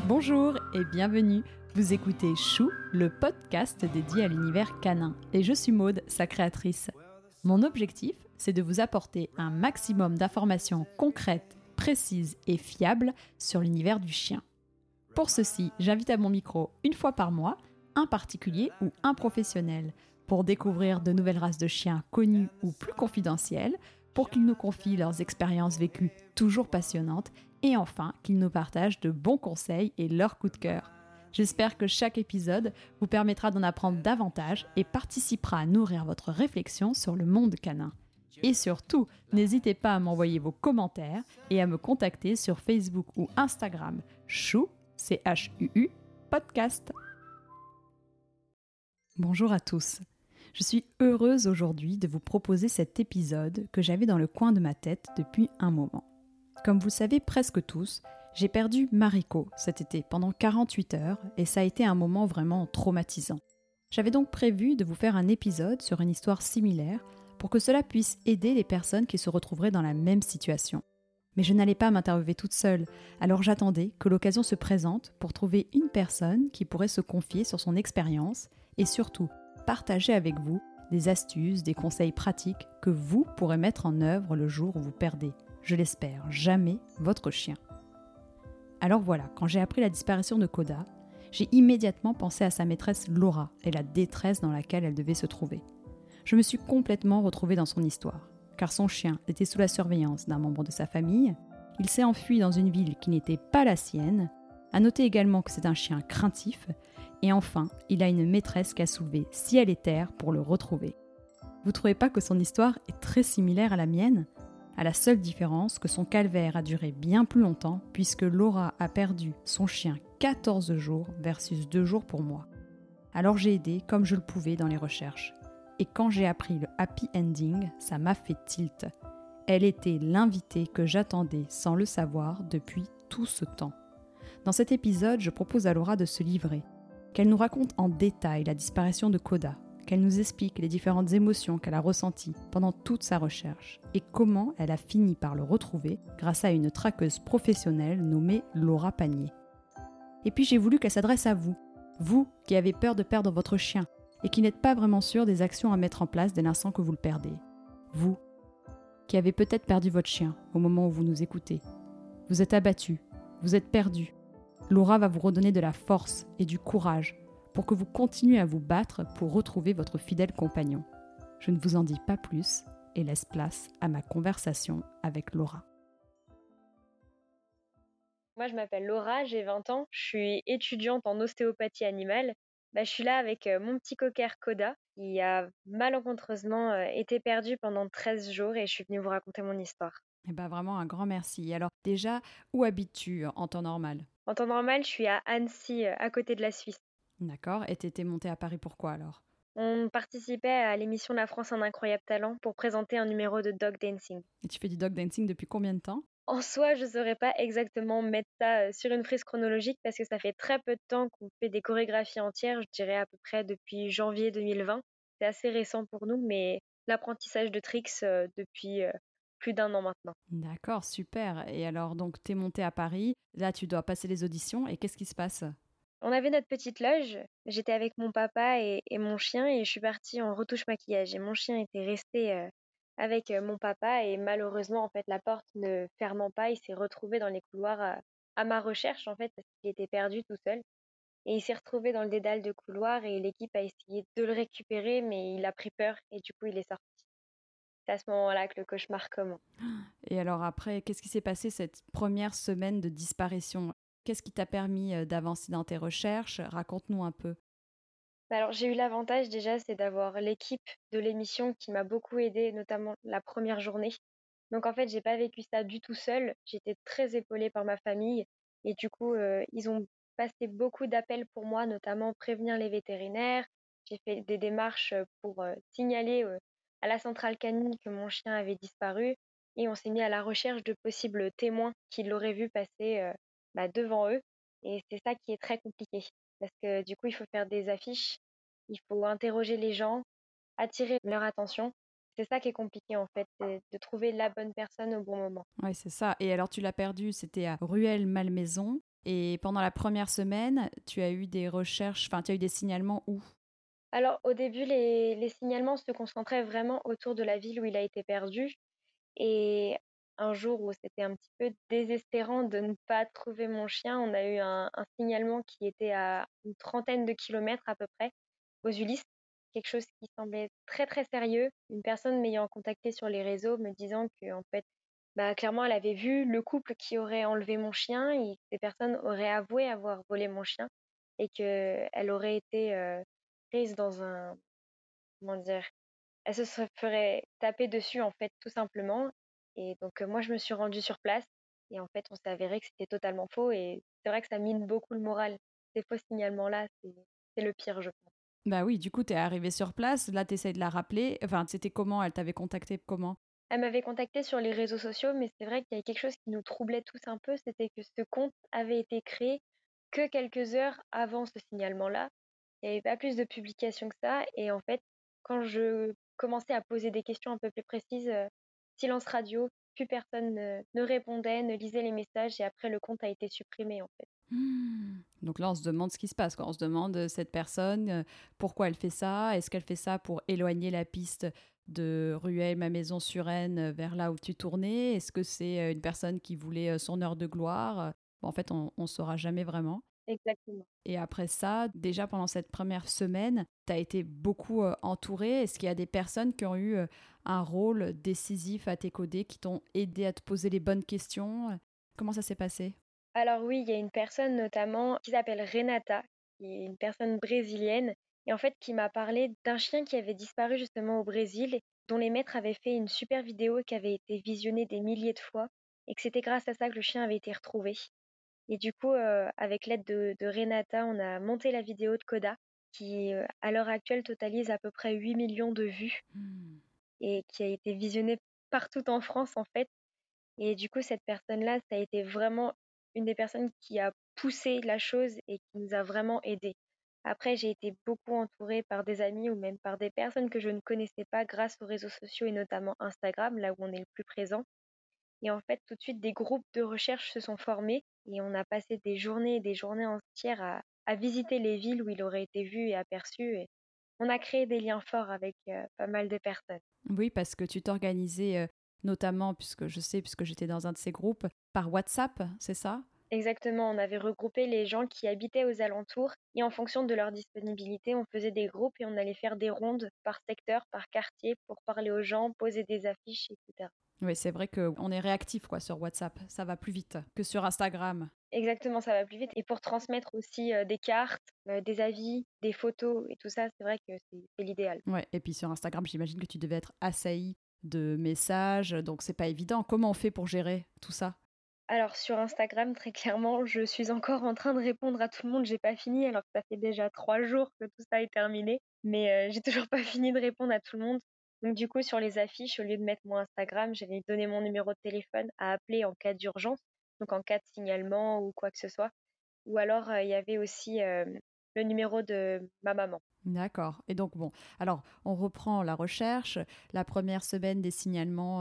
Bonjour et bienvenue. Vous écoutez Chou, le podcast dédié à l'univers canin. Et je suis Maude, sa créatrice. Mon objectif, c'est de vous apporter un maximum d'informations concrètes, précises et fiables sur l'univers du chien. Pour ceci, j'invite à mon micro une fois par mois un particulier ou un professionnel pour découvrir de nouvelles races de chiens connues ou plus confidentielles, pour qu'ils nous confient leurs expériences vécues toujours passionnantes et enfin qu'ils nous partagent de bons conseils et leurs coups de cœur. J'espère que chaque épisode vous permettra d'en apprendre davantage et participera à nourrir votre réflexion sur le monde canin. Et surtout, n'hésitez pas à m'envoyer vos commentaires et à me contacter sur Facebook ou Instagram Chou, C-H-U-U, podcast. Bonjour à tous. Je suis heureuse aujourd'hui de vous proposer cet épisode que j'avais dans le coin de ma tête depuis un moment. Comme vous le savez presque tous, j'ai perdu Mariko cet été pendant 48 heures et ça a été un moment vraiment traumatisant. J'avais donc prévu de vous faire un épisode sur une histoire similaire pour que cela puisse aider les personnes qui se retrouveraient dans la même situation. Mais je n'allais pas m'interviewer toute seule, alors j'attendais que l'occasion se présente pour trouver une personne qui pourrait se confier sur son expérience et surtout partager avec vous des astuces, des conseils pratiques que vous pourrez mettre en œuvre le jour où vous perdez, je l'espère, jamais votre chien. Alors voilà, quand j'ai appris la disparition de Koda, j'ai immédiatement pensé à sa maîtresse Laura et la détresse dans laquelle elle devait se trouver. Je me suis complètement retrouvée dans son histoire, car son chien était sous la surveillance d'un membre de sa famille, il s'est enfui dans une ville qui n'était pas la sienne, à noter également que c'est un chien craintif, et enfin, il a une maîtresse qui a soulevé ciel et terre pour le retrouver. Vous trouvez pas que son histoire est très similaire à la mienne ? À la seule différence que son calvaire a duré bien plus longtemps puisque Laura a perdu son chien 14 jours versus 2 jours pour moi. Alors j'ai aidé comme je le pouvais dans les recherches. Et quand j'ai appris le happy ending, ça m'a fait tilt. Elle était l'invitée que j'attendais sans le savoir depuis tout ce temps. Dans cet épisode, je propose à Laura de se livrer, qu'elle nous raconte en détail la disparition de Koda, qu'elle nous explique les différentes émotions qu'elle a ressenties pendant toute sa recherche et comment elle a fini par le retrouver grâce à une traqueuse professionnelle nommée Laura Panier. Et puis j'ai voulu qu'elle s'adresse à vous, vous qui avez peur de perdre votre chien et qui n'êtes pas vraiment sûr des actions à mettre en place dès l'instant que vous le perdez. Vous qui avez peut-être perdu votre chien au moment où vous nous écoutez. Vous êtes abattu, vous êtes perdu. Laura va vous redonner de la force et du courage pour que vous continuez à vous battre pour retrouver votre fidèle compagnon. Je ne vous en dis pas plus et laisse place à ma conversation avec Laura. Moi, je m'appelle Laura, j'ai 20 ans, je suis étudiante en ostéopathie animale. Je suis là avec mon petit cocker Koda, qui a malencontreusement été perdu pendant 13 jours et je suis venue vous raconter mon histoire. Eh ben vraiment un grand merci. Alors déjà, où habites-tu en temps normal ? En temps normal, je suis à Annecy, à côté de la Suisse. D'accord, et t'étais montée à Paris pourquoi alors ? On participait à l'émission La France a un incroyable talent pour présenter un numéro de dog dancing. Et tu fais du dog dancing depuis combien de temps ? En soi, je ne saurais pas exactement mettre ça sur une frise chronologique parce que ça fait très peu de temps qu'on fait des chorégraphies entières, je dirais à peu près depuis janvier 2020. C'est assez récent pour nous, mais l'apprentissage de tricks depuis plus d'1 an maintenant. D'accord, super. Et alors donc t'es montée à Paris, là tu dois passer les auditions et qu'est-ce qui se passe ? On avait notre petite loge, j'étais avec mon papa et mon chien et je suis partie en retouche maquillage et mon chien était resté avec mon papa et malheureusement en fait la porte ne fermant pas, il s'est retrouvé dans les couloirs à ma recherche en fait parce qu'il était perdu tout seul. Et il s'est retrouvé dans le dédale de couloir et l'équipe a essayé de le récupérer, mais il a pris peur et du coup il est sorti. C'est à ce moment-là que le cauchemar commence. Et alors après, qu'est-ce qui s'est passé cette première semaine de disparition ? Qu'est-ce qui t'a permis d'avancer dans tes recherches ? Raconte-nous un peu. Alors j'ai eu l'avantage déjà, c'est d'avoir l'équipe de l'émission qui m'a beaucoup aidée, notamment la première journée. Donc en fait, j'ai pas vécu ça du tout seule. J'étais très épaulée par ma famille et du coup, ils ont passé beaucoup d'appels pour moi, notamment prévenir les vétérinaires. J'ai fait des démarches pour signaler à la centrale canine que mon chien avait disparu et on s'est mis à la recherche de possibles témoins qui l'auraient vu passer devant eux. Et c'est ça qui est très compliqué parce que du coup, il faut faire des affiches, il faut interroger les gens, attirer leur attention. C'est ça qui est compliqué en fait, c'est de trouver la bonne personne au bon moment. Oui, c'est ça. Et alors tu l'as perdu, c'était à Ruelle-Malmaison. Et pendant la première semaine, tu as eu des recherches, enfin, tu as eu des signalements où? Alors au début, les signalements se concentraient vraiment autour de la ville où il a été perdu et un jour où c'était un petit peu désespérant de ne pas trouver mon chien, on a eu un signalement qui était à une trentaine de kilomètres à peu près, aux Ulysses. Quelque chose qui semblait très, très sérieux. Une personne m'ayant contactée sur les réseaux me disant qu'en fait, bah, clairement, elle avait vu le couple qui aurait enlevé mon chien et que ces personnes auraient avoué avoir volé mon chien et qu'elle aurait été, prise dans un comment dire? Elle se ferait taper dessus, en fait, tout simplement et donc moi, je me suis rendue sur place et en fait, on s'est avéré que c'était totalement faux et c'est vrai que ça mine beaucoup le moral. Ces faux signalements-là, c'est le pire, je pense. Bah oui, du coup, tu es arrivée sur place, là, tu essaies de la rappeler. Enfin, c'était comment? Elle t'avait contacté comment? Elle m'avait contactée sur les réseaux sociaux, mais c'est vrai qu'il y avait quelque chose qui nous troublait tous un peu, c'était que ce compte avait été créé que quelques heures avant ce signalement-là. Il n'y avait pas plus de publications que ça et en fait, quand je commençais à poser des questions un peu plus précises, silence radio, plus personne ne répondait, ne lisait les messages et après le compte a été supprimé, en fait. Donc là, on se demande ce qui se passe, quoi. On se demande, cette personne, pourquoi elle fait ça? Est-ce qu'elle fait ça pour éloigner la piste de Rueil, ma maison sur Aisne, vers là où tu tournais? Est-ce que c'est, une personne qui voulait, son heure de gloire? Bon, en fait, on saura jamais vraiment. Exactement. Et après ça, déjà pendant cette première semaine, tu as été beaucoup, entourée. Est-ce qu'il y a des personnes qui ont eu, un rôle décisif à tes côtés, qui t'ont aidé à te poser les bonnes questions? Comment ça s'est passé? Alors oui, il y a une personne notamment qui s'appelle Renata, qui est une personne brésilienne et en fait qui m'a parlé d'un chien qui avait disparu justement au Brésil, dont les maîtres avaient fait une super vidéo qui avait été visionnée des milliers de fois et que c'était grâce à ça que le chien avait été retrouvé. Et du coup, avec l'aide de Renata, on a monté la vidéo de Coda qui, à l'heure actuelle totalise à peu près 8 millions de vues Mmh. et qui a été visionnée partout en France en fait. Et du coup, cette personne-là, ça a été vraiment une des personnes qui a poussé la chose et qui nous a vraiment aidés. Après, j'ai été beaucoup entourée par des amis ou même par des personnes que je ne connaissais pas grâce aux réseaux sociaux et notamment Instagram, là où on est le plus présent. Et en fait, tout de suite, des groupes de recherche se sont formés et on a passé des journées et des journées entières à visiter les villes où il aurait été vu et aperçu. Et on a créé des liens forts avec pas mal de personnes. Oui, parce que tu t'organisais, notamment puisque je sais, puisque j'étais dans un de ces groupes, par WhatsApp, c'est ça? Exactement, on avait regroupé les gens qui habitaient aux alentours et en fonction de leur disponibilité, on faisait des groupes et on allait faire des rondes par secteur, par quartier pour parler aux gens, poser des affiches, etc. Oui, c'est vrai qu'on est réactif, quoi, sur WhatsApp. Ça va plus vite que sur Instagram. Exactement, ça va plus vite. Et pour transmettre aussi des cartes, des avis, des photos et tout ça, c'est vrai que c'est l'idéal. Ouais, et puis sur Instagram, j'imagine que tu devais être assailli de messages, donc c'est pas évident. Comment on fait pour gérer tout ça? Alors sur Instagram, très clairement, je suis encore en train de répondre à tout le monde. J'ai pas fini, alors que ça fait déjà 3 jours que tout ça est terminé. Mais j'ai toujours pas fini de répondre à tout le monde. Donc du coup, sur les affiches, au lieu de mettre mon Instagram, j'avais donné mon numéro de téléphone à appeler en cas d'urgence, donc en cas de signalement ou quoi que ce soit. Ou alors, il y avait aussi le numéro de ma maman. D'accord. Et donc, bon, alors, on reprend la recherche. La première semaine des signalements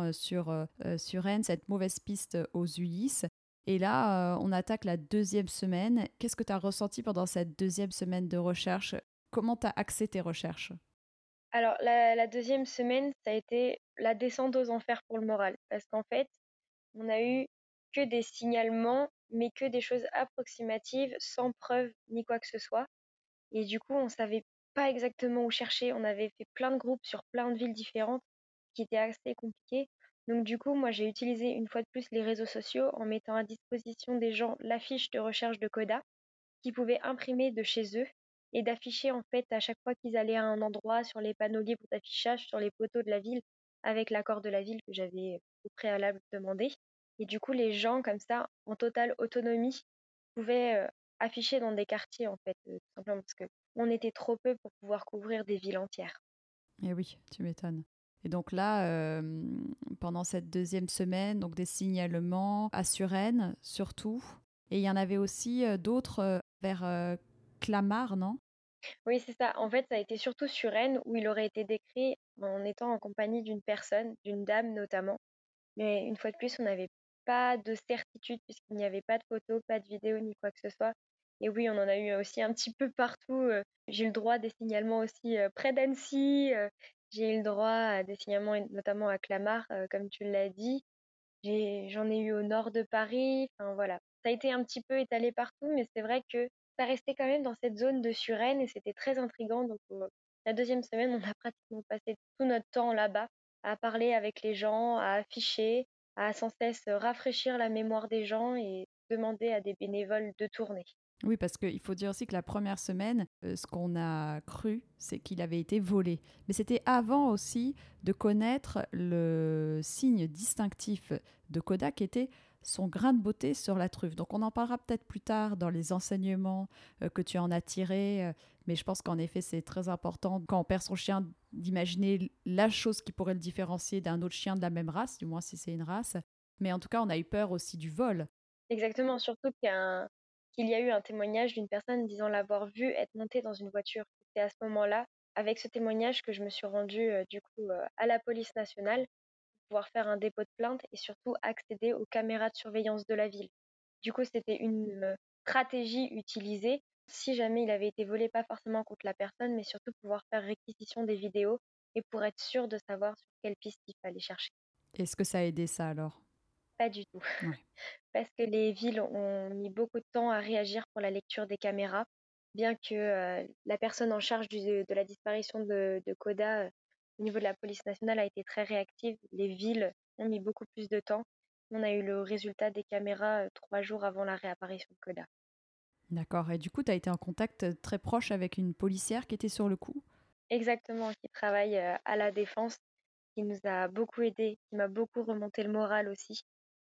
sur Rennes, cette mauvaise piste aux Ulysses. Et là, on attaque la deuxième semaine. Qu'est-ce que tu as ressenti pendant cette deuxième semaine de recherche? Comment tu as axé tes recherches? Alors la 2e semaine, ça a été la descente aux enfers pour le moral. Parce qu'en fait, on a eu que des signalements, mais que des choses approximatives, sans preuve ni quoi que ce soit. Et du coup, on savait pas exactement où chercher. On avait fait plein de groupes sur plein de villes différentes, qui étaient assez compliqués. Donc du coup, moi, j'ai utilisé une fois de plus les réseaux sociaux en mettant à disposition des gens l'affiche de recherche de Coda qu'ils pouvaient imprimer de chez eux et d'afficher en fait à chaque fois qu'ils allaient à un endroit sur les panneaux libres d'affichage, sur les poteaux de la ville, avec l'accord de la ville que j'avais au préalable demandé. Et du coup, les gens comme ça, en totale autonomie, pouvaient afficher dans des quartiers en fait, tout simplement parce que on était trop peu pour pouvoir couvrir des villes entières. Eh oui, tu m'étonnes. Et donc là, pendant cette deuxième semaine, donc des signalements à Suresnes surtout. Et il y en avait aussi d'autres vers Clamart, non? Oui, c'est ça. En fait, ça a été surtout sur Rennes où il aurait été décrit en étant en compagnie d'une personne, d'une dame notamment. Mais une fois de plus, on avait pas de certitude puisqu'il n'y avait pas de photos, pas de vidéos ni quoi que ce soit. Et oui, on en a eu aussi un petit peu partout. J'ai eu le droit à des signalements aussi près d'Annecy. J'ai eu le droit à des signalements notamment à Clamart, comme tu l'as dit. J'en ai eu au nord de Paris. Enfin voilà. Ça a été un petit peu étalé partout, mais c'est vrai que ça restait quand même dans cette zone de Suresnes et c'était très intriguant. Donc la deuxième semaine, on a pratiquement passé tout notre temps là-bas à parler avec les gens, à afficher, à sans cesse rafraîchir la mémoire des gens et demander à des bénévoles de tourner. Oui, parce qu'il faut dire aussi que la première semaine, ce qu'on a cru, c'est qu'il avait été volé. Mais c'était avant aussi de connaître le signe distinctif de Kodak qui était son grain de beauté sur la truffe. Donc on en parlera peut-être plus tard dans les enseignements que tu en as tirés. Mais je pense qu'en effet, c'est très important quand on perd son chien d'imaginer la chose qui pourrait le différencier d'un autre chien de la même race, du moins si c'est une race. Mais en tout cas, on a eu peur aussi du vol. Exactement, surtout qu'il y a eu un témoignage d'une personne disant l'avoir vu être montée dans une voiture. C'est à ce moment-là, avec ce témoignage, que je me suis rendue du coup à la police nationale pour pouvoir faire un dépôt de plainte et surtout accéder aux caméras de surveillance de la ville. Du coup, c'était une stratégie utilisée si jamais il avait été volé, pas forcément contre la personne, mais surtout pouvoir faire réquisition des vidéos et pour être sûr de savoir sur quelle piste il fallait chercher. Est-ce que ça a aidé ça alors? Pas du tout. Ouais. Parce que les villes ont mis beaucoup de temps à réagir pour la lecture des caméras, bien que la personne en charge de la disparition de Koda au niveau de la police nationale a été très réactive. Les villes ont mis beaucoup plus de temps. On a eu le résultat des caméras 3 jours avant la réapparition de Koda. D'accord. Et du coup, tu as été en contact très proche avec une policière qui était sur le coup? Exactement, qui travaille à la défense, qui nous a beaucoup aidé, qui m'a beaucoup remonté le moral aussi.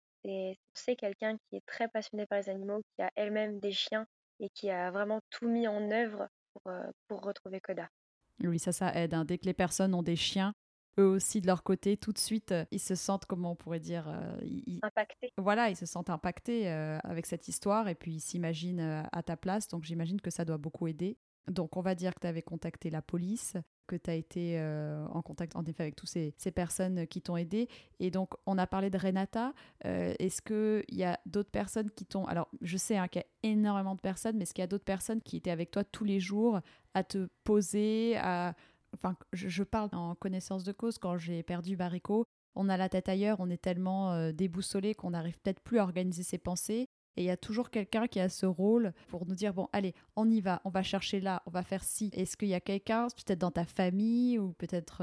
C'est quelqu'un qui est très passionné par les animaux, qui a elle-même des chiens et qui a vraiment tout mis en œuvre pour retrouver Koda. Oui, ça aide, hein. Dès que les personnes ont des chiens, eux aussi de leur côté, tout de suite, ils se sentent, comment on pourrait dire, Impacté. voilà, ils se sentent impactés avec cette histoire et puis ils s'imaginent à ta place. Donc j'imagine que ça doit beaucoup aider. Donc on va dire que tu avais contacté la police, que tu as été en contact en effet avec toutes ces personnes qui t'ont aidé. Et donc on a parlé de Renata. Est-ce qu'il y a d'autres personnes qui t'ont... Alors je sais hein, qu'il y a énormément de personnes, mais est-ce qu'il y a d'autres personnes qui étaient avec toi tous les jours à te poser, à... Enfin, je parle en connaissance de cause. Quand j'ai perdu Barico, on a la tête ailleurs, on est tellement déboussolé qu'on n'arrive peut-être plus à organiser ses pensées. Et il y a toujours quelqu'un qui a ce rôle pour nous dire, bon, allez, on y va, on va chercher là, on va faire ci. Est-ce qu'il y a quelqu'un, peut-être dans ta famille ou peut-être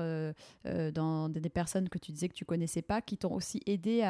dans des personnes que tu disais que tu connaissais pas, qui t'ont aussi aidé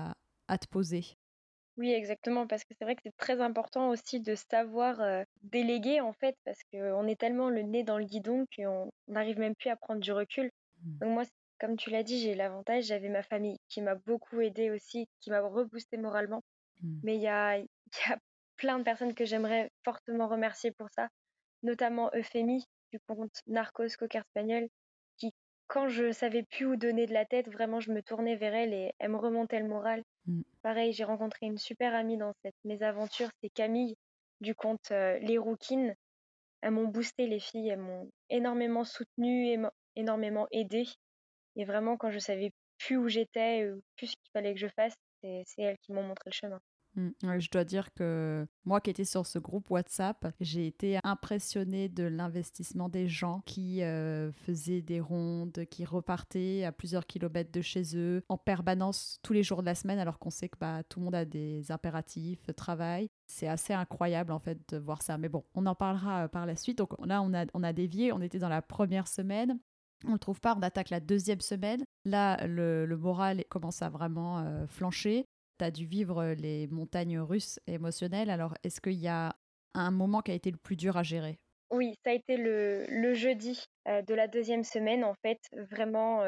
à te poser? Oui, exactement, parce que c'est vrai que c'est très important aussi de savoir déléguer en fait, parce qu'on est tellement le nez dans le guidon qu'on n'arrive même plus à prendre du recul. Mm. Donc moi, comme tu l'as dit, j'ai l'avantage, j'avais ma famille qui m'a beaucoup aidée aussi, qui m'a reboosté moralement. Mm. Mais il y a plein de personnes que j'aimerais fortement remercier pour ça, notamment Euphémie du compte Narcos Cocker Spaniel, qui, quand je savais plus où donner de la tête, vraiment, je me tournais vers elle et elle me remontait le moral. Mm. Pareil, j'ai rencontré une super amie dans cette mésaventure, c'est Camille du compte Les Rouquines. Elles m'ont boosté, les filles, elles m'ont énormément soutenue, énormément aidée. Et vraiment, quand je savais plus où j'étais, plus ce qu'il fallait que je fasse, c'est elles qui m'ont montré le chemin. Ouais, je dois dire que moi qui étais sur ce groupe WhatsApp, j'ai été impressionnée de l'investissement des gens qui faisaient des rondes, qui repartaient à plusieurs kilomètres de chez eux en permanence tous les jours de la semaine alors qu'on sait que bah, tout le monde a des impératifs, travail. C'est assez incroyable en fait de voir ça. Mais bon, on en parlera par la suite. Donc là, on a dévié, on était dans la première semaine. On ne le trouve pas, on attaque la deuxième semaine. Là, le moral commence à vraiment flancher. Tu as dû vivre les montagnes russes émotionnelles. Alors, est-ce qu'il y a un moment qui a été le plus dur à gérer? Oui, ça a été le jeudi de la deuxième semaine, en fait. Vraiment,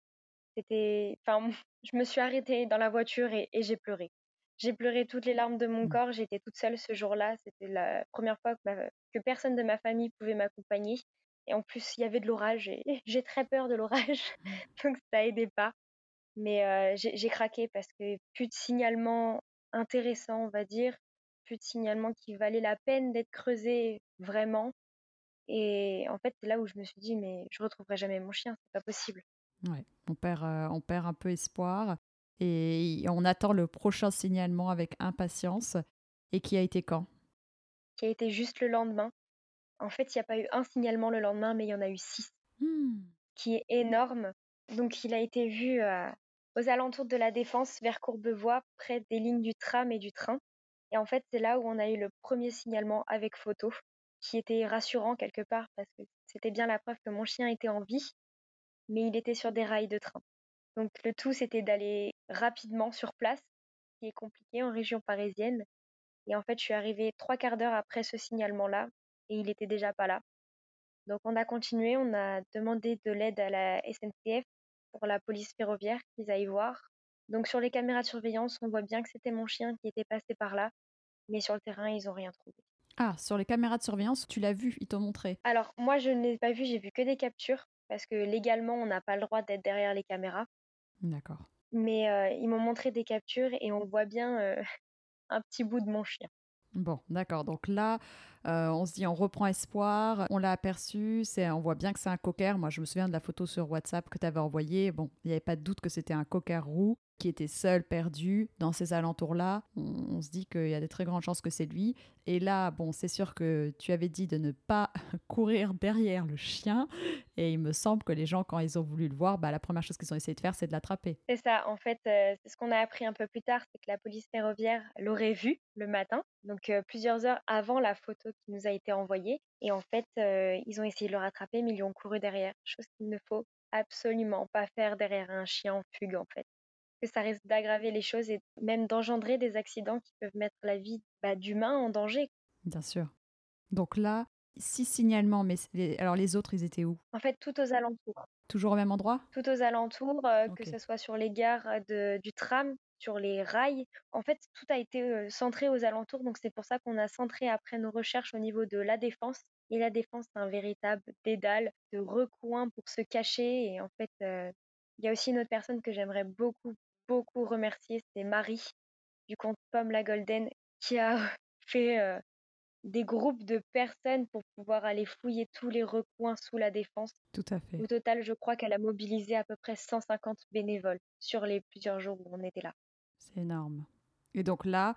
enfin, je me suis arrêtée dans la voiture et j'ai pleuré. J'ai pleuré toutes les larmes de mon Mm. corps. J'étais toute seule ce jour-là. C'était la première fois que personne de ma famille pouvait m'accompagner. Et en plus, il y avait de l'orage et j'ai très peur de l'orage, donc ça aidait pas. Mais j'ai craqué parce que plus de signalements intéressants, on va dire, plus de signalements qui valaient la peine d'être creusés vraiment. Et en fait, c'est là où je me suis dit: «Mais je retrouverai jamais mon chien, c'est pas possible». Ouais, on perd un peu espoir. Et on attend le prochain signalement avec impatience. Et qui a été quand? qui a été juste le lendemain. En fait, il y a pas eu un signalement le lendemain, mais il y en a eu 6, Mmh. qui est énorme. Donc il a été vu, aux alentours de La Défense, vers Courbevoie, près des lignes du tram et du train. Et en fait, c'est là où on a eu le premier signalement avec photo, qui était rassurant quelque part parce que c'était bien la preuve que mon chien était en vie, mais il était sur des rails de train. Donc le tout, c'était d'aller rapidement sur place, ce qui est compliqué en région parisienne. Et en fait, je suis arrivée 3/4 d'heure après ce signalement-là et il était déjà pas là. Donc on a continué, on a demandé de l'aide à la SNCF pour la police ferroviaire qu'ils aillent voir. Donc sur les caméras de surveillance, on voit bien que c'était mon chien qui était passé par là, mais sur le terrain, ils ont rien trouvé. Ah, sur les caméras de surveillance, tu l'as vu, ils t'ont montré? Alors moi, je ne l'ai pas vu, j'ai vu que des captures parce que légalement, on n'a pas le droit d'être derrière les caméras. D'accord. Mais ils m'ont montré des captures et on voit bien, un petit bout de mon chien. Bon, d'accord. Donc là, on se dit: «On reprend espoir». On l'a aperçu, on voit bien que c'est un cocker. Moi, je me souviens de la photo sur WhatsApp que tu avais envoyée. Bon, il y avait pas de doute que c'était un cocker roux qui était seul, perdu dans ces alentours-là. On se dit qu'il y a de très grandes chances que c'est lui. Et là, bon, c'est sûr que tu avais dit de ne pas courir derrière le chien et il me semble que les gens, quand ils ont voulu le voir, bah, la première chose qu'ils ont essayé de faire, c'est de l'attraper. C'est ça, en fait, c'est ce qu'on a appris un peu plus tard, c'est que la police ferroviaire l'aurait vu le matin, donc plusieurs heures avant la photo qui nous a été envoyée. Et en fait, ils ont essayé de le rattraper, mais ils lui ont couru derrière, chose qu'il ne faut absolument pas faire derrière un chien en fugue, en fait. Que ça risque d'aggraver les choses et même d'engendrer des accidents qui peuvent mettre la vie, bah, d'humains en danger. Bien sûr. Donc là, 6 signalements, mais alors les autres, ils étaient où? En fait, tout aux alentours. Toujours au même endroit? Tout aux alentours, que OK. ce soit sur les gares, du tram, sur les rails. En fait, tout a été, centré aux alentours, donc c'est pour ça qu'on a centré après nos recherches au niveau de La Défense. Et La Défense, c'est un véritable dédale de recoins pour se cacher. Et en fait, il y a aussi une autre personne que j'aimerais beaucoup, beaucoup remercier, c'est Marie du compte Pomme la Golden qui a fait, des groupes de personnes pour pouvoir aller fouiller tous les recoins sous La Défense. Tout à fait. Au total, je crois qu'elle a mobilisé à peu près 150 bénévoles sur les plusieurs jours où on était là. C'est énorme. Et donc là,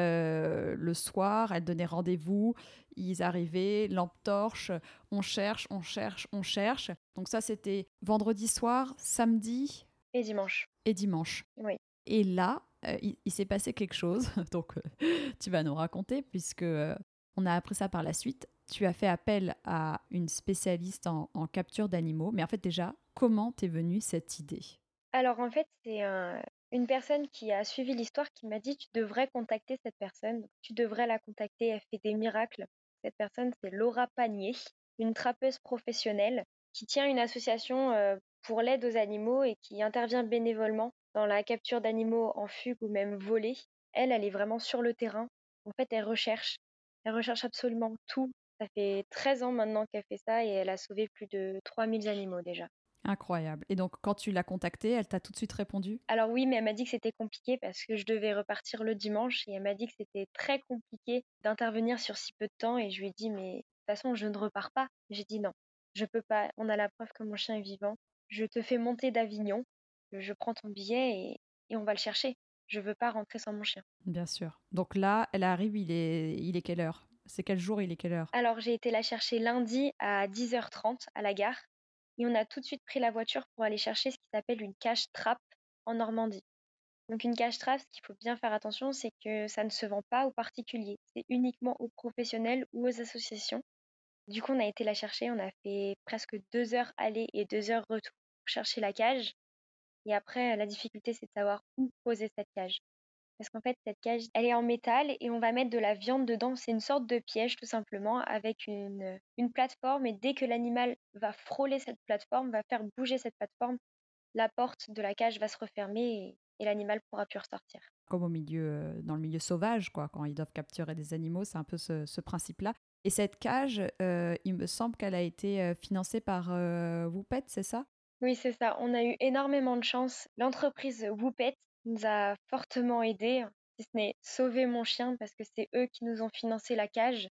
le soir, elle donnait rendez-vous, ils arrivaient, lampe torche, on cherche, on cherche, on cherche. Donc ça, c'était vendredi soir, samedi Et dimanche, et dimanche. oui. Et là, il s'est passé quelque chose, donc tu vas nous raconter, puisque on a appris ça par la suite. Tu as fait appel à une spécialiste en capture d'animaux, mais en fait déjà, comment t'es venue cette idée? Alors en fait, c'est une personne qui a suivi l'histoire qui m'a dit: «Tu devrais contacter cette personne, tu devrais la contacter, elle fait des miracles». Cette personne, c'est Laura Panier, une trappeuse professionnelle qui tient une association, pour l'aide aux animaux et qui intervient bénévolement dans la capture d'animaux en fugue ou même volés. Elle, elle est vraiment sur le terrain. En fait, elle recherche. Elle recherche absolument tout. Ça fait 13 ans maintenant qu'elle fait ça et elle a sauvé plus de 3 000 animaux déjà. Incroyable. Et donc, quand tu l'as contactée, elle t'a tout de suite répondu? Alors oui, mais elle m'a dit que c'était compliqué parce que je devais repartir le dimanche et elle m'a dit que c'était très compliqué d'intervenir sur si peu de temps et je lui ai dit: «Mais de toute façon, je ne repars pas». J'ai dit: «Non, je peux pas, on a la preuve que mon chien est vivant. Je te fais monter d'Avignon, je prends ton billet et on va le chercher. Je veux pas rentrer sans mon chien». Bien sûr. Donc là, elle arrive, il est quelle heure? C'est quel jour, il est quelle heure? Alors j'ai été la chercher lundi à 10h30 à la gare et on a tout de suite pris la voiture pour aller chercher ce qui s'appelle une cage trappe en Normandie. Donc une cache trappe, ce qu'il faut bien faire attention, c'est que ça ne se vend pas aux particuliers. C'est uniquement aux professionnels ou aux associations. Du coup, on a été la chercher, on a fait presque 2 heures aller et 2 heures retour pour chercher la cage. Et après, la difficulté, c'est de savoir où poser cette cage. Parce qu'en fait, cette cage, elle est en métal et on va mettre de la viande dedans. C'est une sorte de piège, tout simplement, avec une plateforme. Et dès que l'animal va frôler cette plateforme, va faire bouger cette plateforme, la porte de la cage va se refermer et l'animal pourra plus ressortir. Comme dans le milieu sauvage, quoi, quand ils doivent capturer des animaux, c'est un peu ce principe-là. Et cette cage, il me semble qu'elle a été financée par Whoopet, c'est ça? Oui, c'est ça. On a eu énormément de chance. L'entreprise Whoopet nous a fortement aidés, si ce n'est sauvé mon chien, parce que c'est eux qui nous ont financé la cage.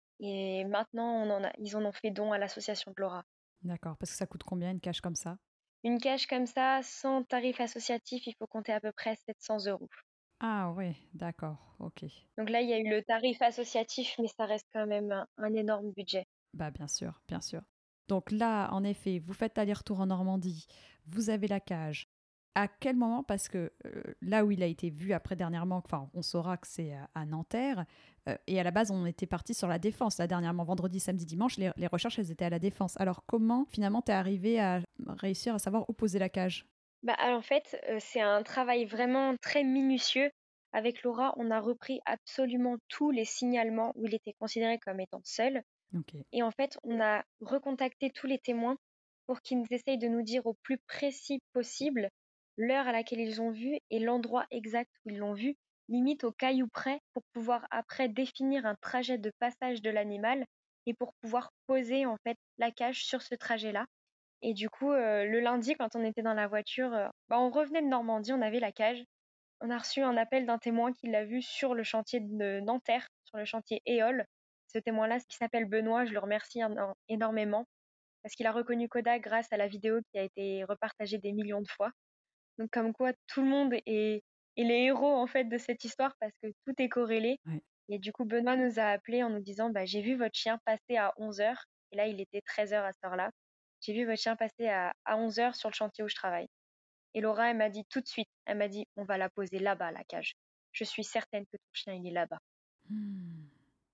Et maintenant, ils en ont fait don à l'association de Laura. D'accord, parce que ça coûte combien une cage comme ça? Une cage comme ça, sans tarif associatif, il faut compter à peu près 700 €. Ah ouais, d'accord, ok. Donc là, il y a eu le tarif associatif, mais ça reste quand même un énorme budget. Bah bien sûr, bien sûr. Donc là, en effet, vous faites aller-retour en Normandie, vous avez la cage. À quel moment, parce que là où il a été vu après dernièrement, enfin on saura que c'est à Nanterre, et à la base on était parti sur la Défense, là dernièrement, vendredi, samedi, dimanche, les recherches elles étaient à la Défense. Alors comment finalement t'es arrivé à réussir à savoir où poser la cage? Bah, alors, en fait, c'est un travail vraiment très minutieux. Avec Laura, on a repris absolument tous les signalements où il était considéré comme étant seul. Ok. Et en fait, on a recontacté tous les témoins pour qu'ils nous essayent de nous dire au plus précis possible l'heure à laquelle ils ont vu et l'endroit exact où ils l'ont vu, limite au caillou près, pour pouvoir après définir un trajet de passage de l'animal et pour pouvoir poser en fait la cage sur ce trajet-là. Et du coup, le lundi, quand on était dans la voiture, bah, on revenait de Normandie, on avait la cage. On a reçu un appel d'un témoin qui l'a vu sur le chantier de Nanterre, sur le chantier Éole. Ce témoin-là, qui s'appelle Benoît, je le remercie énormément parce qu'il a reconnu Koda grâce à la vidéo qui a été repartagée des millions de fois. Donc comme quoi tout le monde est les héros en fait de cette histoire parce que tout est corrélé. Ouais. Et du coup, Benoît nous a appelés en nous disant, bah, j'ai vu votre chien passer à 11 heures. Et là, il était 13 heures à cette heure-là. J'ai vu votre chien passer à 11 heures sur le chantier où je travaille. Et Laura, elle m'a dit tout de suite, elle m'a dit, on va la poser là-bas, la cage. Je suis certaine que ton chien, il est là-bas. Hmm.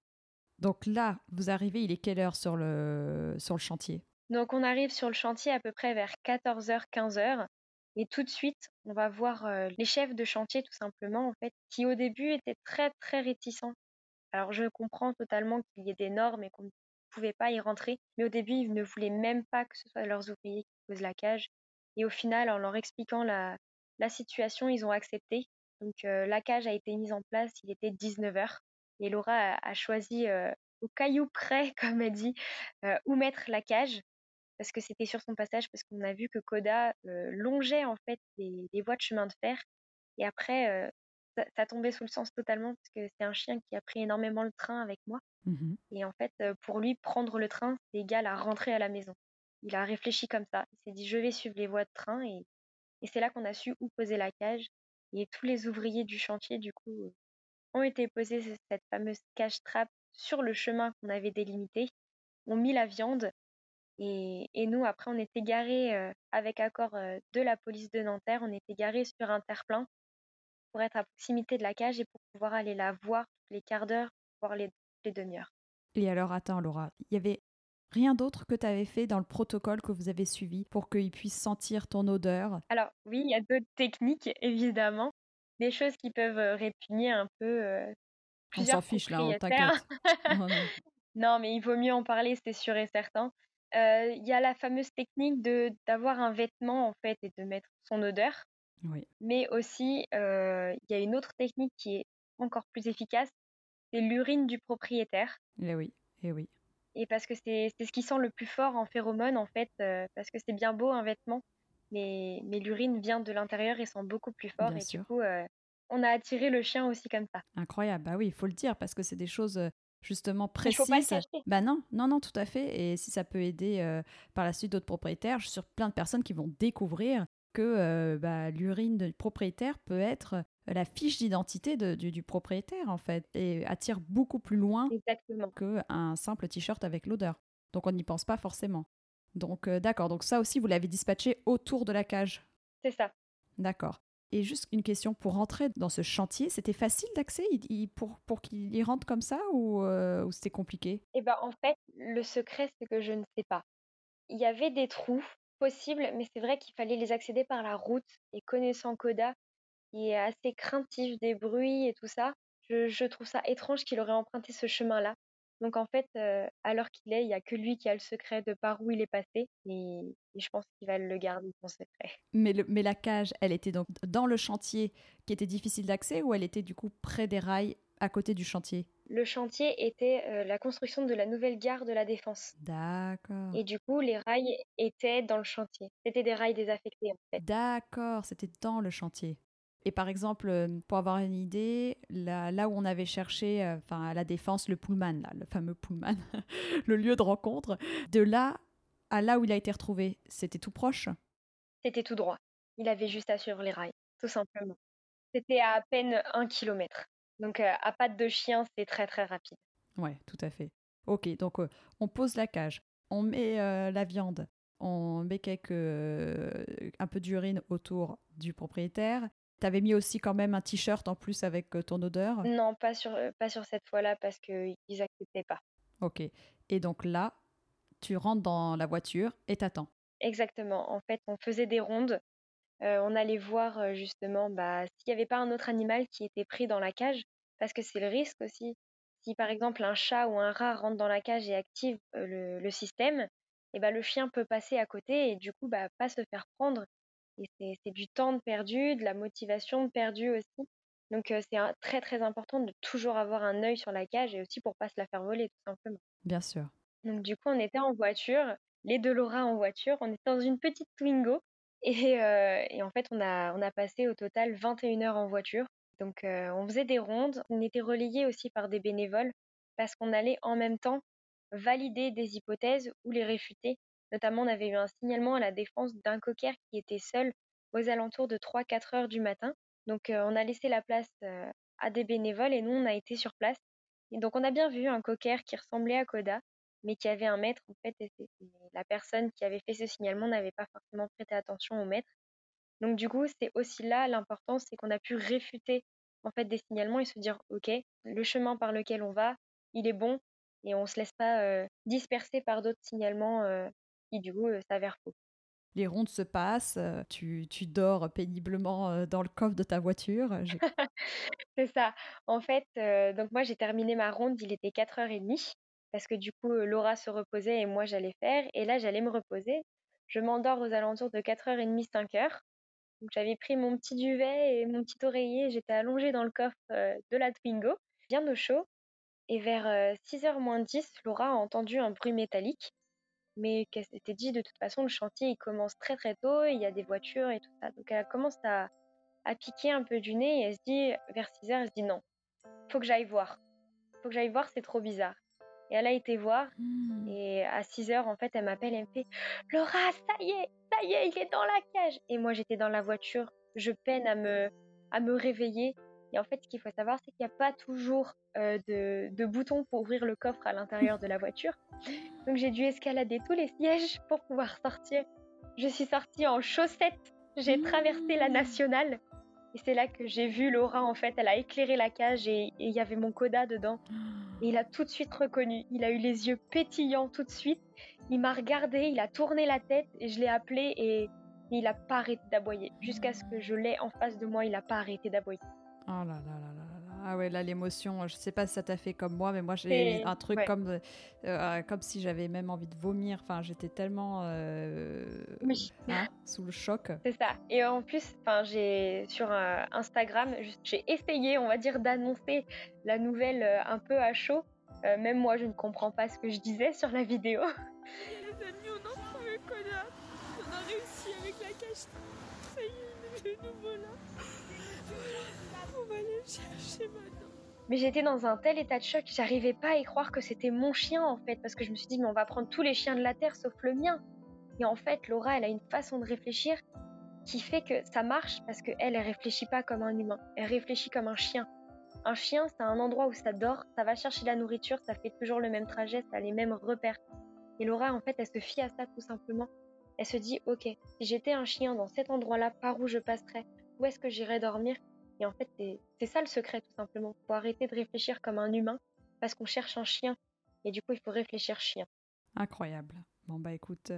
Donc là, vous arrivez, il est quelle heure sur le chantier? Donc on arrive sur le chantier à peu près vers 14 heures, 15 heures. Et tout de suite, on va voir les chefs de chantier tout simplement, en fait, qui au début étaient très très réticents. Alors je comprends totalement qu'il y ait des normes et qu'on ne pouvait pas y rentrer, mais au début, ils ne voulaient même pas que ce soit leurs ouvriers qui posent la cage. Et au final, en leur expliquant la situation, ils ont accepté. Donc la cage a été mise en place, il était 19 heures. Et Laura a choisi au caillou près, comme elle dit, où mettre la cage parce que c'était sur son passage, parce qu'on a vu que Koda longeait en fait les voies de chemin de fer. Et après, ça tombait sous le sens totalement, parce que c'est un chien qui a pris énormément le train avec moi. Mhm. Et en fait, pour lui, prendre le train, c'est égal à rentrer à la maison. Il a réfléchi comme ça. Il s'est dit, je vais suivre les voies de train. Et c'est là qu'on a su où poser la cage. Et tous les ouvriers du chantier, du coup, ont été posés cette fameuse cage trap sur le chemin qu'on avait délimité, ont mis la viande et nous, après, on était garés, avec accord de la police de Nanterre, on était garés sur un terre-plein pour être à proximité de la cage et pour pouvoir aller la voir tous les quarts d'heure, voire les demi-heures. Et alors, attends, Laura, il y avait rien d'autre que tu avais fait dans le protocole que vous avez suivi pour qu'ils puissent sentir ton odeur? Alors oui, il y a d'autres techniques, évidemment, des choses qui peuvent répugner un peu On s'en plusieurs fiche là, on propriétaires. t'inquiète. Oh non. Non, mais il vaut mieux en parler, c'est sûr et certain. Il y a la fameuse technique d'avoir un vêtement, en fait, et de mettre son odeur. Oui, Mais aussi, il y a une autre technique qui est encore plus efficace, c'est l'urine du propriétaire. eh oui, eh oui, Et parce que c'est ce qui sent le plus fort en phéromones, en fait, parce que c'est bien beau un vêtement, mais l'urine vient de l'intérieur et sent beaucoup plus fort. bien Et du sûr. coup, on a attiré le chien aussi comme ça. Incroyable. Bah oui, il faut le dire parce que c'est des choses justement Il faut pas le précises. cacher. Bah non, non, non, tout à fait. Et si ça peut aider par la suite d'autres propriétaires, je suis sûre plein de personnes qui vont découvrir que bah, l'urine du propriétaire peut être la fiche d'identité du propriétaire en fait et attire beaucoup plus loin Exactement. qu'un simple t-shirt avec l'odeur. Donc on n'y pense pas forcément. Donc d'accord, donc ça aussi vous l'avez dispatché autour de la cage. C'est ça. D'accord. Et juste une question, pour rentrer dans ce chantier, c'était facile d'accès pour qu'il y rentre comme ça ou c'était compliqué? Et ben en fait, le secret, c'est que je ne sais pas. Il y avait des trous possibles, mais c'est vrai qu'il fallait les accéder par la route. Et connaissant Koda, qui est assez craintif des bruits et tout ça, je trouve ça étrange qu'il aurait emprunté ce chemin-là. Donc en fait, à l'heure qu'il est, il y a que lui qui a le secret de par où il est passé et je pense qu'il va le garder son secret. Mais la cage, elle était donc dans le chantier qui était difficile d'accès ou elle était du coup près des rails à côté du chantier? Le chantier était, la construction de la nouvelle gare de la Défense D'accord. et du coup, les rails étaient dans le chantier. C'était des rails désaffectés, en fait. D'accord, c'était dans le chantier. Et par exemple, pour avoir une idée, là où on avait cherché, enfin à la Défense, le Pullman, là, le fameux Pullman, le lieu de rencontre, de là à là où il a été retrouvé, c'était tout proche? C'était tout droit. Il avait juste à suivre les rails, tout simplement. C'était à peine 1 kilomètre. Donc, à pattes de chien, c'est très, très rapide. Ouais, tout à fait. Ok, donc on pose la cage, on met la viande, on met un peu d'urine autour du propriétaire. T'avais mis aussi quand même un t-shirt en plus avec ton odeur. Non, pas sur cette fois-là parce qu'ils acceptaient pas. Ok. Et donc là, tu rentres dans la voiture et t'attends. Exactement. En fait, on faisait des rondes. On allait voir, justement, bah, s'il y avait pas un autre animal qui était pris dans la cage, parce que c'est le risque aussi. Si, par exemple, un chat ou un rat rentre dans la cage et active, le système, et bah, le chien peut passer à côté et du coup, bah, pas se faire prendre et c'est du temps de perdu, de la motivation de perdue aussi. Donc c'est un très, très important de toujours avoir un œil sur la cage et aussi pour pas se la faire voler, tout simplement. Bien sûr. Donc du coup, on était en voiture, les 2 Laura en voiture, on était dans une petite Twingo et en fait, on a passé au total 21 heures en voiture. Donc on faisait des rondes, on était relayés aussi par des bénévoles parce qu'on allait en même temps valider des hypothèses ou les réfuter. Notamment, on avait eu un signalement à la défense d'un cocker qui était seul aux alentours de 3-4 heures du matin. Donc on a laissé la place, à des bénévoles et nous, on a été sur place et donc on a bien vu un cocker qui ressemblait à Koda mais qui avait un maître en fait et la personne qui avait fait ce signalement n'avait pas forcément prêté attention au maître. Donc du coup, c'est aussi là l'importance, c'est qu'on a pu réfuter en fait des signalements et se dire OK, le chemin par lequel on va, il est bon et on se laisse pas disperser par d'autres signalements qui du coup s'avèrent faux. Les rondes se passent, tu dors péniblement dans le coffre de ta voiture. C'est ça. En fait, donc moi j'ai terminé ma ronde, il était 4h30 parce que du coup, Laura se reposait et moi j'allais faire et là j'allais me reposer. Je m'endors aux alentours de 4h30, 5h. Donc j'avais pris mon petit duvet et mon petit oreiller, j'étais allongée dans le coffre, de la Twingo, bien au chaud et vers, 6h moins 10, Laura a entendu un bruit métallique, mais qu'elle s'était dit: «De toute façon, le chantier, il commence très, très tôt, il y a des voitures et tout ça». Donc elle commence à piquer un peu du nez et elle se dit vers 6h, elle se dit: «Non, faut que j'aille voir. Faut que j'aille voir, c'est trop bizarre». Et elle a été voir Hmm. et à 6h, en fait, elle m'appelle, elle me fait: «Laura, ça y est, il est dans la cage!» Et moi, j'étais dans la voiture, je peine à me réveiller. Et en fait, ce qu'il faut savoir, c'est qu'il n'y a pas toujours de bouton pour ouvrir le coffre à l'intérieur de la voiture. Donc, j'ai dû escalader tous les sièges pour pouvoir sortir. Je suis sortie en chaussettes, j'ai traversé la Hmm. nationale. Et c'est là que j'ai vu Laura, en fait, elle a éclairé la cage et il y avait mon coda dedans. Et il a tout de suite reconnu. Il a eu les yeux pétillants tout de suite. Il m'a regardé, il a tourné la tête et je l'ai appelé et il a pas arrêté d'aboyer. Jusqu'à ce que je l'ai en face de moi, il a pas arrêté d'aboyer. Oh là là là là là. Ah ouais, là, l'émotion, je sais pas si ça t'a fait comme moi, mais moi, j'ai C'est un truc ouais, comme si j'avais même envie de vomir. Enfin, j'étais tellement oui, hein, sous le choc. c'est ça. Et en plus, enfin, j'ai sur Instagram, j'ai essayé, on va dire, d'annoncer la nouvelle un peu à chaud. Même moi, je ne comprends pas ce que je disais sur la vidéo. Les amis, on a retrouvé Koda. On a réussi avec la cache. Ça y est, il est de nouveau là. Voilà, on va aller le chercher maintenant. Mais j'étais dans un tel état de choc, j'arrivais pas à y croire que c'était mon chien en fait, parce que je me suis dit, mais on va prendre tous les chiens de la terre sauf le mien. Et en fait, Laura, elle a une façon de réfléchir qui fait que ça marche parce qu'elle, elle réfléchit pas comme un humain, elle réfléchit comme un chien. Un chien, c'est un endroit où ça dort, ça va chercher la nourriture, ça fait toujours le même trajet, ça a les mêmes repères. Et Laura, en fait, elle se fie à ça tout simplement. Elle se dit, ok, si j'étais un chien dans cet endroit-là, par où je passerais, où est-ce que j'irais dormir? Et en fait, c'est ça le secret tout simplement. Faut arrêter de réfléchir comme un humain parce qu'on cherche un chien. Et du coup, il faut réfléchir chien. Incroyable. Bon, bah écoute,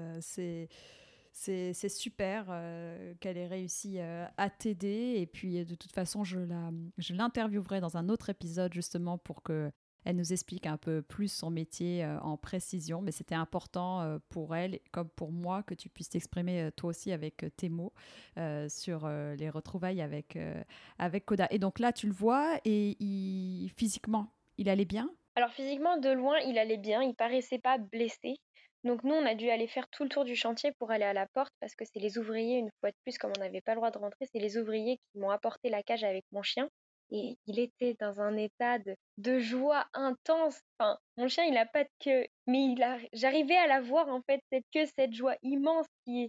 c'est super qu'elle ait réussi à t'aider. Et puis, de toute façon, je l'interviewerai dans un autre épisode justement pour que elle nous explique un peu plus son métier en précision. Mais c'était important pour elle, comme pour moi, que tu puisses t'exprimer toi aussi avec tes mots sur les retrouvailles avec Koda. Et donc là, tu le vois et physiquement, il allait bien? Alors physiquement, de loin, il allait bien, il paraissait pas blessé. Donc nous, on a dû aller faire tout le tour du chantier pour aller à la porte parce que c'est les ouvriers, une fois de plus, comme on n'avait pas le droit de rentrer, c'est les ouvriers qui m'ont apporté la cage avec mon chien. Et il était dans un état de joie intense. Enfin, mon chien, il a pas de queue, mais j'arrivais à la voir en fait, cette queue, cette joie immense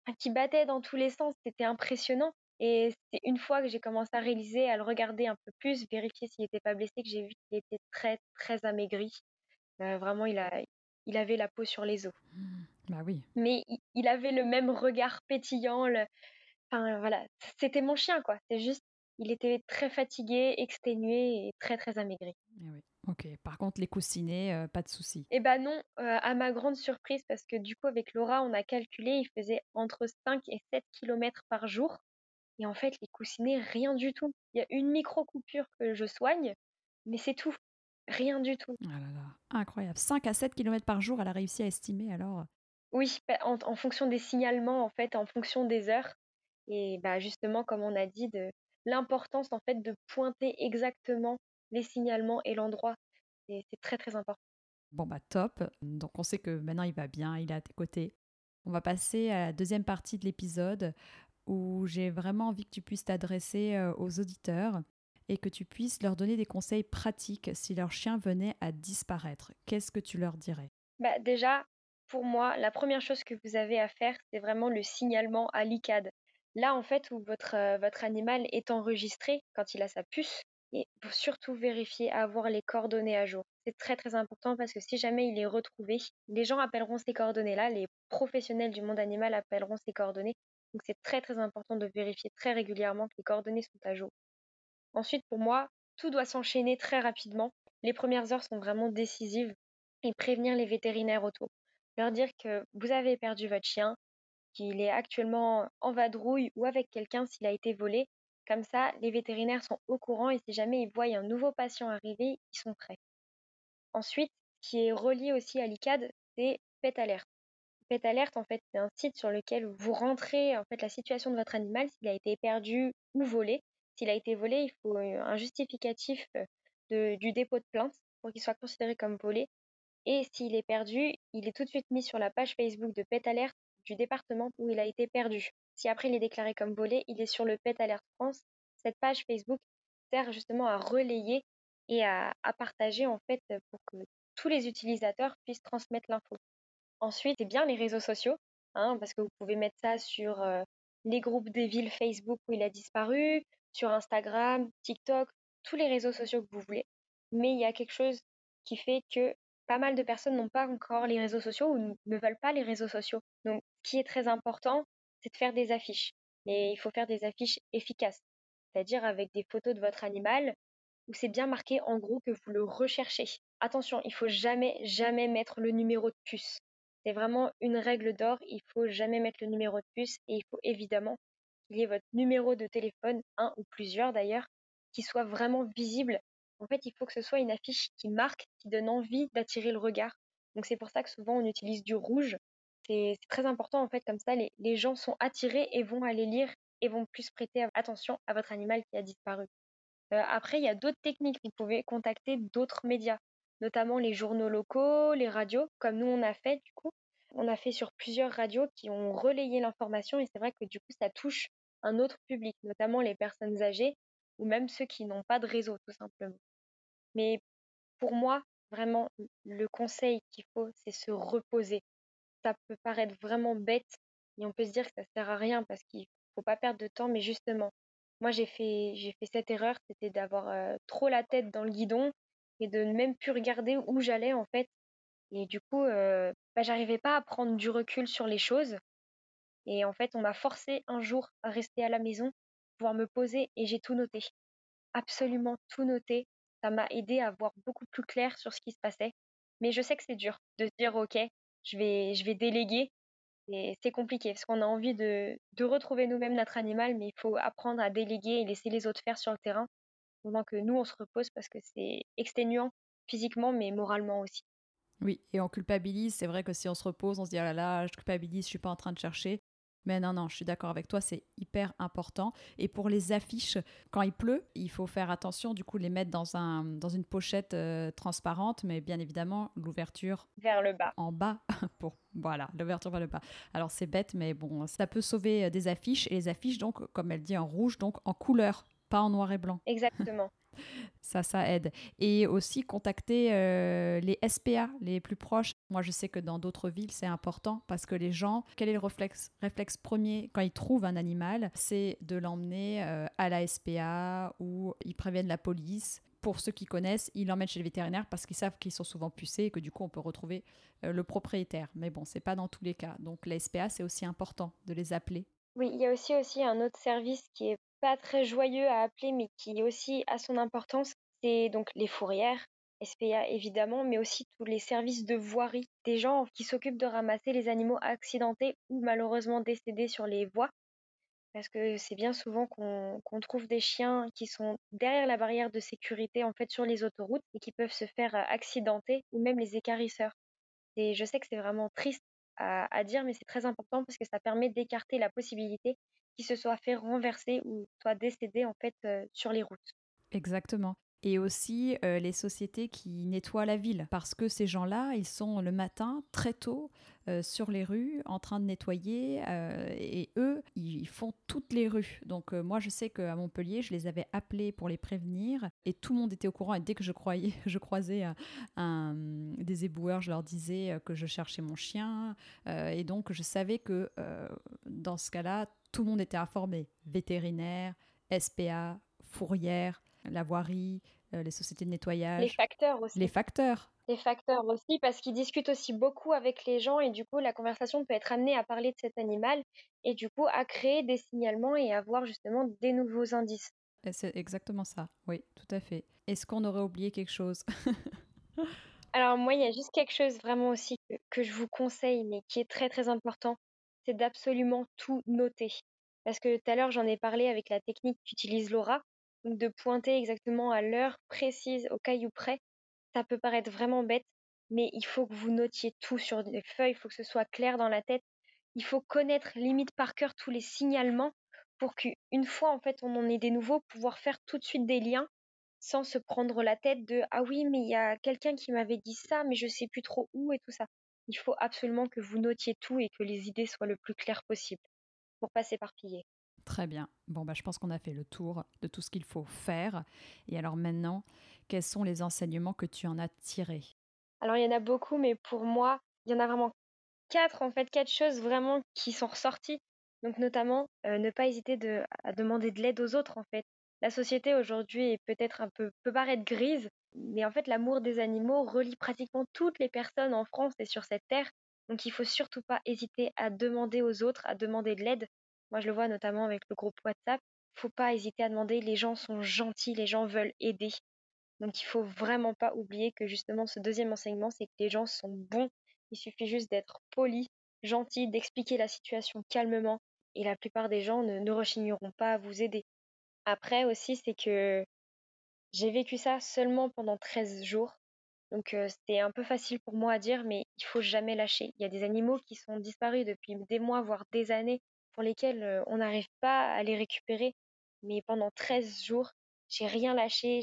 qui battait dans tous les sens, c'était impressionnant. Et c'est une fois que j'ai commencé à réaliser, à le regarder un peu plus, vérifier s'il était pas blessé, que j'ai vu qu'il était très, très amaigri. Vraiment, il avait la peau sur les os. Bah oui. Mais il avait le même regard pétillant, enfin voilà, c'était mon chien quoi. C'est juste, il était très fatigué, exténué et très, très amaigri. Eh oui. Ok. Par contre, les coussinets, pas de souci. Et bah non, à ma grande surprise, parce que du coup avec Laura, on a calculé, il faisait entre 5 et 7 kilomètres par jour. Et en fait, les coussinets, rien du tout. Il y a une micro coupure que je soigne, mais c'est tout. Rien du tout. Ah là là, incroyable. 5 à 7 kilomètres par jour, elle a réussi à estimer alors. Oui, bah, en fonction des signalements, en fait, en fonction des heures. Et bah, justement, comme on a dit, de l'importance en fait de pointer exactement les signalements et l'endroit. C'est très très important. Bon bah top. Donc on sait que maintenant il va bien, il est à tes côtés. On va passer à la deuxième partie de l'épisode où j'ai vraiment envie que tu puisses t'adresser aux auditeurs et que tu puisses leur donner des conseils pratiques si leur chien venait à disparaître. Qu'est-ce que tu leur dirais? Bah, déjà, pour moi, la première chose que vous avez à faire, c'est vraiment le signalement à l'ICAD. Là, en fait, où votre animal est enregistré quand il a sa puce, et pour surtout vérifier à avoir les coordonnées à jour. C'est très très important parce que si jamais il est retrouvé, les gens appelleront ces coordonnées-là, les professionnels du monde animal appelleront ces coordonnées. Donc c'est très très important de vérifier très régulièrement que les coordonnées sont à jour. Ensuite, pour moi, tout doit s'enchaîner très rapidement. Les premières heures sont vraiment décisives et prévenir les vétérinaires autour. Leur dire que vous avez perdu votre chien, qu'il est actuellement en vadrouille ou avec quelqu'un s'il a été volé. Comme ça, les vétérinaires sont au courant et si jamais ils voient un nouveau patient arriver, ils sont prêts. Ensuite, ce qui est relié aussi à l'ICAD, c'est Pet Alert. Pet Alert, en fait, c'est un site sur lequel vous rentrez en fait la situation de votre animal, s'il a été perdu ou volé. S'il a été volé, il faut un justificatif du dépôt de plainte pour qu'il soit considéré comme volé. Et s'il est perdu, il est tout de suite mis sur la page Facebook de Pet Alert du département où il a été perdu. Si après il est déclaré comme volé, il est sur le Pet Alert France. Cette page Facebook sert justement à relayer et à partager en fait pour que tous les utilisateurs puissent transmettre l'info. Ensuite, c'est bien les réseaux sociaux, hein, parce que vous pouvez mettre ça sur les groupes des villes Facebook où il a disparu, sur Instagram, TikTok, tous les réseaux sociaux que vous voulez. Mais il y a quelque chose qui fait que pas mal de personnes n'ont pas encore les réseaux sociaux ou ne veulent pas les réseaux sociaux. Donc, ce qui est très important, c'est de faire des affiches. Mais il faut faire des affiches efficaces, c'est-à-dire avec des photos de votre animal où c'est bien marqué en gros que vous le recherchez. Attention, il faut jamais, jamais mettre le numéro de puce. C'est vraiment une règle d'or, il faut jamais mettre le numéro de puce et il faut évidemment qu'il y ait votre numéro de téléphone, un ou plusieurs d'ailleurs, qui soit vraiment visible. En fait, il faut que ce soit une affiche qui marque, qui donne envie d'attirer le regard. Donc c'est pour ça que souvent on utilise du rouge. C'est très important en fait, comme ça les gens sont attirés et vont aller lire et vont plus prêter attention à votre animal qui a disparu. Après, il y a d'autres techniques. Vous pouvez contacter d'autres médias, notamment les journaux locaux, les radios, comme nous on a fait du coup. On a fait sur plusieurs radios qui ont relayé l'information et c'est vrai que du coup ça touche un autre public, notamment les personnes âgées ou même ceux qui n'ont pas de réseau tout simplement. Mais pour moi, vraiment, le conseil qu'il faut, c'est se reposer. Ça peut paraître vraiment bête et on peut se dire que ça sert à rien parce qu'il faut pas perdre de temps, mais justement, moi j'ai fait cette erreur, c'était d'avoir trop la tête dans le guidon et de ne même plus regarder où j'allais en fait. Et du coup, bah, j'arrivais pas à prendre du recul sur les choses. Et en fait, on m'a forcé un jour à rester à la maison, pouvoir me poser et j'ai tout noté. Absolument tout noté. Ça m'a aidé à voir beaucoup plus clair sur ce qui se passait. Mais je sais que c'est dur de se dire, OK, je vais déléguer. Et c'est compliqué parce qu'on a envie de retrouver nous-mêmes notre animal, mais il faut apprendre à déléguer et laisser les autres faire sur le terrain pendant que nous, on se repose parce que c'est exténuant physiquement, mais moralement aussi. Oui, et on culpabilise. C'est vrai que si on se repose, on se dit ah là là, je culpabilise, je suis pas en train de chercher. Mais non, non, je suis d'accord avec toi, c'est hyper important. Et pour les affiches, quand il pleut, il faut faire attention, du coup, les mettre dans une pochette transparente, mais bien évidemment, l'ouverture Vers le bas. en bas pour voilà l'ouverture vers le bas. Alors c'est bête, mais bon, ça peut sauver des affiches et les affiches donc, comme elle dit, en rouge, donc en couleur, pas en noir et blanc. Exactement. Ça aide. Et aussi contacter les SPA les plus proches. Moi, je sais que dans d'autres villes, c'est important parce que les gens, quel est le réflexe premier quand ils trouvent un animal? C'est de l'emmener à la SPA ou ils préviennent la police. Pour ceux qui connaissent, ils l'emmènent chez le vétérinaire parce qu'ils savent qu'ils sont souvent pucés et que du coup, on peut retrouver le propriétaire. Mais bon, c'est pas dans tous les cas. Donc, la SPA, c'est aussi important de les appeler. Oui, il y a aussi un autre service qui est pas très joyeux à appeler, mais qui aussi a son importance, c'est donc les fourrières, SPA évidemment, mais aussi tous les services de voirie, des gens qui s'occupent de ramasser les animaux accidentés ou malheureusement décédés sur les voies, parce que c'est bien souvent qu'on trouve des chiens qui sont derrière la barrière de sécurité en fait sur les autoroutes et qui peuvent se faire accidenter ou même les équarrisseurs. Et je sais que c'est vraiment triste à dire, mais c'est très important parce que ça permet d'écarter la possibilité qu'il se soit fait renverser ou soit décédé en fait sur les routes. Exactement. Et aussi les sociétés qui nettoient la ville. Parce que ces gens-là, ils sont le matin, très tôt, sur les rues, en train de nettoyer. Et eux, ils font toutes les rues. Donc moi, je sais qu'à Montpellier, je les avais appelés pour les prévenir. Et tout le monde était au courant. Et dès que je croisais des éboueurs, je leur disais que je cherchais mon chien. Et donc, je savais que dans ce cas-là, tout le monde était informé. Vétérinaire, SPA, fourrière, la voirie, les sociétés de Les nettoyage, facteurs les aussi. facteurs. Les facteurs aussi, parce qu'ils discutent aussi beaucoup avec les gens et du coup, la conversation peut être amenée à parler de cet animal et du coup, à créer des signalements et à voir justement des nouveaux indices. Et c'est exactement ça, oui, tout à fait. Est-ce qu'on aurait oublié quelque chose? Alors moi, il y a juste quelque chose vraiment aussi que je vous conseille, mais qui est très très important, c'est d'absolument tout noter. Parce que tout à l'heure, j'en ai parlé avec la technique qu'utilise Laura, donc de pointer exactement à l'heure précise, au caillou près. Ça peut paraître vraiment bête, mais il faut que vous notiez tout sur des feuilles, il faut que ce soit clair dans la tête. Il faut connaître limite par cœur tous les signalements pour qu'une fois en fait on en ait des nouveaux, pouvoir faire tout de suite des liens sans se prendre la tête de ah oui mais il y a quelqu'un qui m'avait dit ça mais je sais plus trop où et tout ça. Il faut absolument que vous notiez tout et que les idées soient le plus claires possible pour pas s'éparpiller. Très bien. Bon, bah, je pense qu'on a fait le tour de tout ce qu'il faut faire. Et alors maintenant, quels sont les enseignements que tu en as tirés? Alors il y en a beaucoup mais pour moi, il y en a vraiment 4 en fait, 4 choses vraiment qui sont ressorties. Donc notamment, ne pas hésiter à demander de l'aide aux autres en fait. La société aujourd'hui est peut-être un peu peut paraître grise, mais en fait l'amour des animaux relie pratiquement toutes les personnes en France et sur cette terre. Donc il faut surtout pas hésiter à demander aux autres, à demander de l'aide. Moi je le vois notamment avec le groupe WhatsApp. Faut pas hésiter à demander, les gens sont gentils, les gens veulent aider. Donc il faut vraiment pas oublier que justement ce deuxième enseignement, c'est que les gens sont bons. Il suffit juste d'être poli, gentil, d'expliquer la situation calmement et la plupart des gens ne rechigneront pas à vous aider. Après aussi, c'est que j'ai vécu ça seulement pendant 13 jours. Donc c'était un peu facile pour moi à dire, mais il faut jamais lâcher. Il y a des animaux qui sont disparus depuis des mois, voire des années, pour lesquels on n'arrive pas à les récupérer. Mais pendant 13 jours, j'ai rien lâché.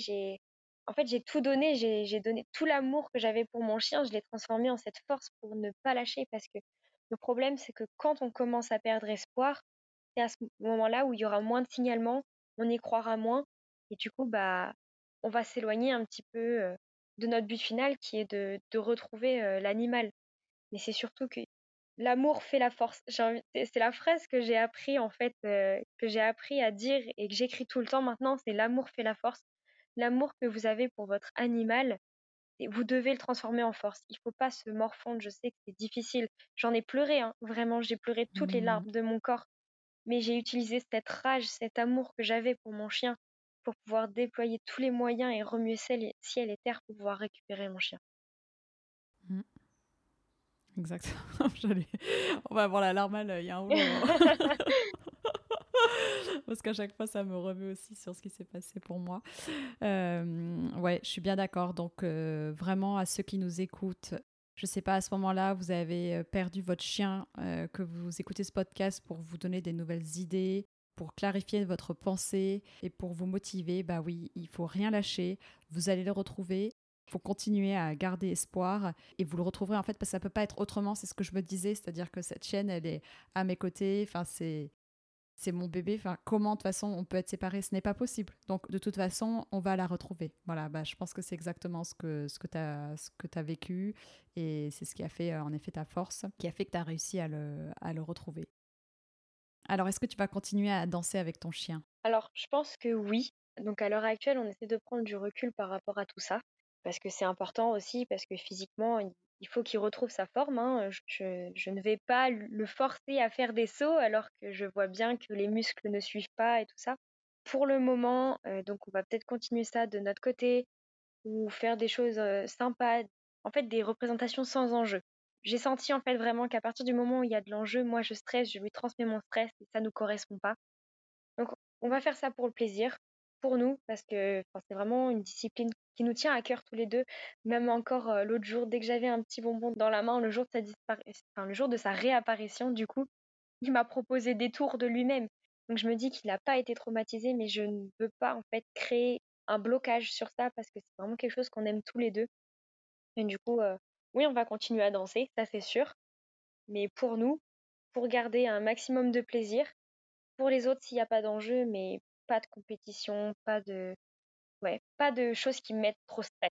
En fait, j'ai tout donné. J'ai donné tout l'amour que j'avais pour mon chien. Je l'ai transformé en cette force pour ne pas lâcher. Parce que le problème, c'est que quand on commence à perdre espoir, c'est à ce moment-là où il y aura moins de signalements, on y croira moins. Et du coup, bah, on va s'éloigner un petit peu de notre but final qui est de retrouver l'animal. Mais c'est surtout que l'amour fait la force. C'est la phrase que j'ai appris en fait, que j'ai appris à dire et que j'écris tout le temps maintenant, c'est l'amour fait la force. L'amour que vous avez pour votre animal, et vous devez le transformer en force. Il faut pas se morfondre, je sais que c'est difficile. J'en ai pleuré, hein, vraiment, j'ai pleuré toutes les Hmm. larmes de mon corps. Mais j'ai utilisé cette rage, cet amour que j'avais pour mon chien pour pouvoir déployer tous les moyens et remuer ciel et terre pour pouvoir récupérer mon chien. Hmm. Exactement. On va avoir la larme à l'œil, hein, au moment. Parce qu'à chaque fois, ça me remet aussi sur ce qui s'est passé pour moi. Ouais, je suis bien d'accord. Donc, vraiment, à ceux qui nous écoutent, je ne sais pas, à ce moment-là, vous avez perdu votre chien, que vous écoutez ce podcast pour vous donner des nouvelles idées, pour clarifier votre pensée et pour vous motiver. Bah oui, il faut rien lâcher. Vous allez le retrouver. Il faut continuer à garder espoir et vous le retrouverez en fait parce que ça ne peut pas être autrement. C'est ce que je me disais, c'est-à-dire que cette chienne, elle est à mes côtés. Enfin, c'est mon bébé. Enfin, comment de toute façon on peut être séparés? Ce n'est pas possible. Donc de toute façon, on va la retrouver. Voilà, je pense que c'est exactement ce que tu as vécu et c'est ce qui a fait en effet ta force, qui a fait que tu as réussi à le retrouver. Alors, est-ce que tu vas continuer à danser avec ton chien? Alors, je pense que oui. Donc, à l'heure actuelle, on essaie de prendre du recul par rapport à tout ça, parce que c'est important aussi, parce que physiquement, il faut qu'il retrouve sa forme, hein. Je ne vais pas le forcer à faire des sauts alors que je vois bien que les muscles ne suivent pas et tout ça. Pour le moment, donc on va peut-être continuer ça de notre côté ou faire des choses sympas, en fait, des représentations sans enjeu. J'ai senti en fait vraiment qu'à partir du moment où il y a de l'enjeu, moi je stresse, je lui transmets mon stress et ça nous correspond pas. Donc, on va faire ça pour le plaisir, pour nous, parce que enfin, c'est vraiment une discipline qui nous tient à cœur tous les deux. Même encore l'autre jour, dès que j'avais un petit bonbon dans la main, le jour de sa réapparition, du coup, il m'a proposé des tours de lui-même. Donc je me dis qu'il n'a pas été traumatisé, mais je ne veux pas en fait créer un blocage sur ça parce que c'est vraiment quelque chose qu'on aime tous les deux. Et du coup, oui, on va continuer à danser, ça c'est sûr. Mais pour nous, pour garder un maximum de plaisir, pour les autres, s'il y a pas d'enjeu, mais pas de compétition, pas de choses qui me mettent trop stress.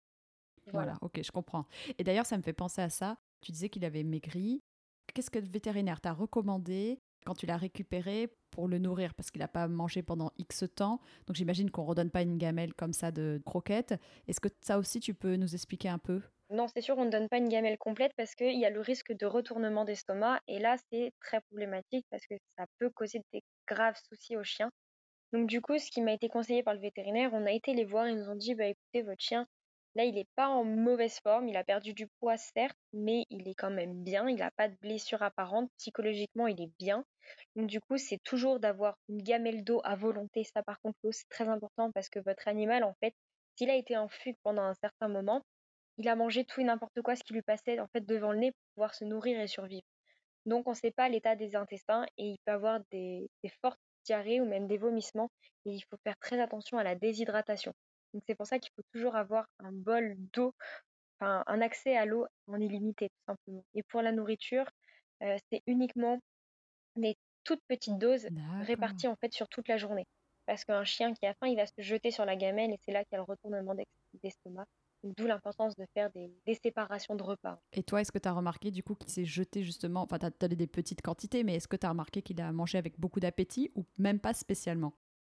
Voilà. Voilà, ok, je comprends. Et d'ailleurs, ça me fait penser à ça. Tu disais qu'il avait maigri. Qu'est-ce que le vétérinaire t'a recommandé quand tu l'as récupéré pour le nourrir? Parce qu'il n'a pas mangé pendant X temps. Donc j'imagine qu'on ne redonne pas une gamelle comme ça de croquettes. Est-ce que ça aussi, tu peux nous expliquer un peu? Non, c'est sûr, on ne donne pas une gamelle complète parce qu'il y a le risque de retournement d'estomac et là, c'est très problématique parce que ça peut causer des graves soucis au chien. Donc du coup, ce qui m'a été conseillé par le vétérinaire, on a été les voir, ils nous ont dit, bah écoutez, votre chien, là, il n'est pas en mauvaise forme, il a perdu du poids, certes, mais il est quand même bien, il n'a pas de blessure apparente, psychologiquement, il est bien. Donc du coup, c'est toujours d'avoir une gamelle d'eau à volonté. Ça, par contre, l'eau, c'est très important parce que votre animal, en fait, s'il a été en fugue pendant un certain moment, il a mangé tout et n'importe quoi, ce qui lui passait en fait devant le nez pour pouvoir se nourrir et survivre. Donc on ne sait pas l'état des intestins et il peut avoir des fortes diarrhées ou même des vomissements et il faut faire très attention à la déshydratation. Donc c'est pour ça qu'il faut toujours avoir un bol d'eau, enfin un accès à l'eau en illimité tout simplement. Et pour la nourriture, c'est uniquement des toutes petites doses D'accord. réparties en fait sur toute la journée. Parce qu'un chien qui a faim, il va se jeter sur la gamelle et c'est là qu'il y a le retournement d'estomac. Donc, d'où l'importance de faire des séparations de repas. Et toi, est-ce que tu as remarqué du coup qu'il s'est jeté justement, enfin, tu as donné des petites quantités, mais est-ce que tu as remarqué qu'il a mangé avec beaucoup d'appétit ou même pas spécialement?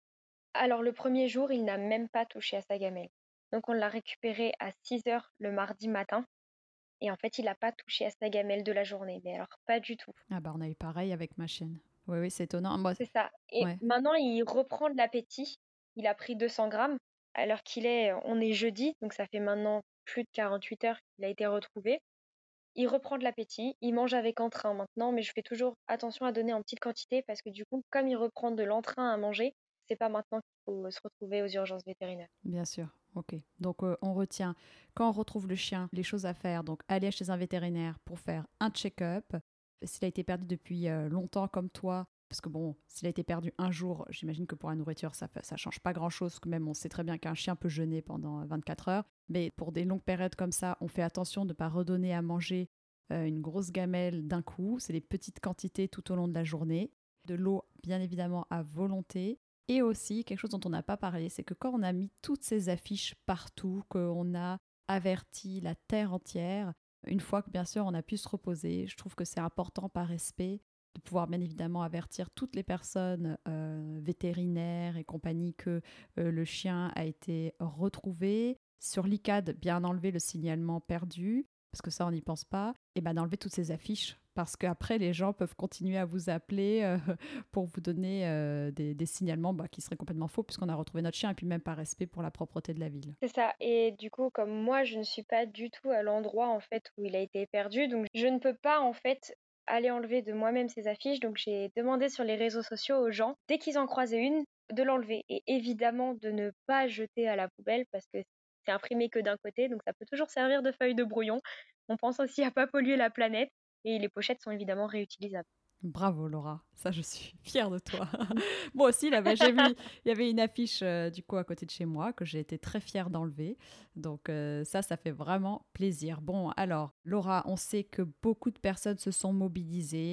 Alors le premier jour, il n'a même pas touché à sa gamelle. Donc on l'a récupéré à 6 heures le mardi matin et en fait, il n'a pas touché à sa gamelle de la journée, mais alors pas du tout. Ah bah on a eu pareil avec ma chienne. Oui, oui, c'est étonnant. Moi, C'est ça. Et ouais. maintenant, il reprend de l'appétit. Il a pris 200 grammes alors on est jeudi, donc ça fait maintenant plus de 48 heures qu'il a été retrouvé. Il reprend de l'appétit, il mange avec entrain maintenant, mais je fais toujours attention à donner en petite quantité parce que du coup, comme il reprend de l'entrain à manger, c'est pas maintenant qu'il faut se retrouver aux urgences vétérinaires. Bien sûr, ok. Donc on retient, quand on retrouve le chien, les choses à faire, donc aller chez un vétérinaire pour faire un check-up. S'il a été perdu depuis longtemps comme toi, parce que bon, s'il a été perdu un jour, j'imagine que pour la nourriture, ça change pas grand-chose, que même on sait très bien qu'un chien peut jeûner pendant 24 heures. Mais pour des longues périodes comme ça, on fait attention de ne pas redonner à manger une grosse gamelle d'un coup. C'est des petites quantités tout au long de la journée. De l'eau, bien évidemment, à volonté. Et aussi, quelque chose dont on n'a pas parlé, c'est que quand on a mis toutes ces affiches partout, qu'on a averti la terre entière, une fois que bien sûr on a pu se reposer, je trouve que c'est important par respect de pouvoir bien évidemment avertir toutes les personnes vétérinaires et compagnie que le chien a été retrouvé. Sur l'ICAD, bien enlever le signalement perdu, parce que ça on n'y pense pas, et ben d'enlever toutes ces affiches, parce qu'après les gens peuvent continuer à vous appeler pour vous donner des signalements qui seraient complètement faux puisqu'on a retrouvé notre chien et puis même par respect pour la propreté de la ville. C'est ça. Et du coup, comme moi, je ne suis pas du tout à l'endroit en fait où il a été perdu, donc je ne peux pas en fait aller enlever de moi-même ces affiches. Donc j'ai demandé sur les réseaux sociaux aux gens, dès qu'ils en croisaient une, de l'enlever et évidemment de ne pas jeter à la poubelle parce que c'est imprimé que d'un côté, donc ça peut toujours servir de feuille de brouillon. On pense aussi à pas polluer la planète et les pochettes sont évidemment réutilisables. Bravo Laura, ça je suis fière de toi. Moi aussi, là, j'ai vu, il y avait une affiche du coup à côté de chez moi que j'ai été très fière d'enlever. Donc ça fait vraiment plaisir. Bon, alors Laura, on sait que beaucoup de personnes se sont mobilisées.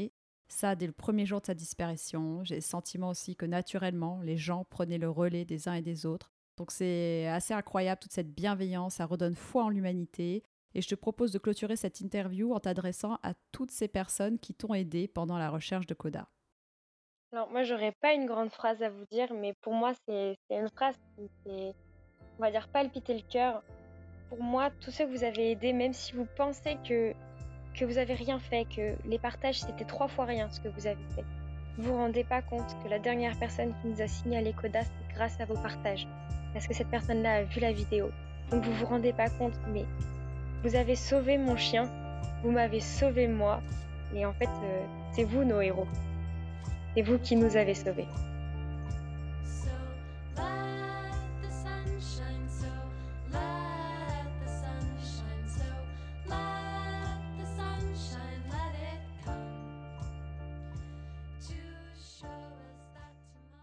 Ça, dès le premier jour de sa disparition, j'ai le sentiment aussi que naturellement, les gens prenaient le relais des uns et des autres. Donc c'est assez incroyable, toute cette bienveillance, ça redonne foi en l'humanité. Et je te propose de clôturer cette interview en t'adressant à toutes ces personnes qui t'ont aidé pendant la recherche de Koda. Alors moi, j'aurais pas une grande phrase à vous dire, mais pour moi, c'est une phrase qui fait, on va dire, palpiter le cœur. Pour moi, tous ceux que vous avez aidés, même si vous pensez que vous avez rien fait, que les partages, c'était 3 fois rien ce que vous avez fait, vous vous rendez pas compte que la dernière personne qui nous a signalé Koda, c'est grâce à vos partages. Parce que cette personne-là a vu la vidéo. Donc vous vous rendez pas compte, mais vous avez sauvé mon chien, vous m'avez sauvé moi, et en fait, c'est vous nos héros. C'est vous qui nous avez sauvés. So let the sun shine, so let the sun shine, so let the sun shine, let it come to show us that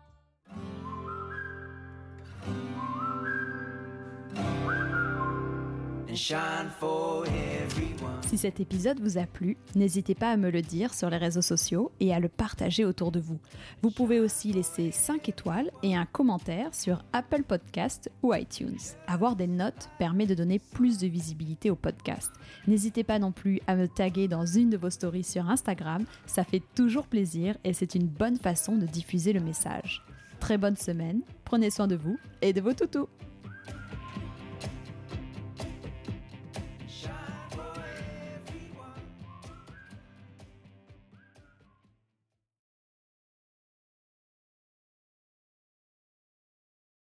tomorrow. And shine for everyone. Si cet épisode vous a plu, n'hésitez pas à me le dire sur les réseaux sociaux et à le partager autour de vous. Vous pouvez aussi laisser 5 étoiles et un commentaire sur Apple Podcasts ou iTunes. Avoir des notes permet de donner plus de visibilité au podcast. N'hésitez pas non plus à me taguer dans une de vos stories sur Instagram, ça fait toujours plaisir et c'est une bonne façon de diffuser le message. Très bonne semaine, prenez soin de vous et de vos toutous.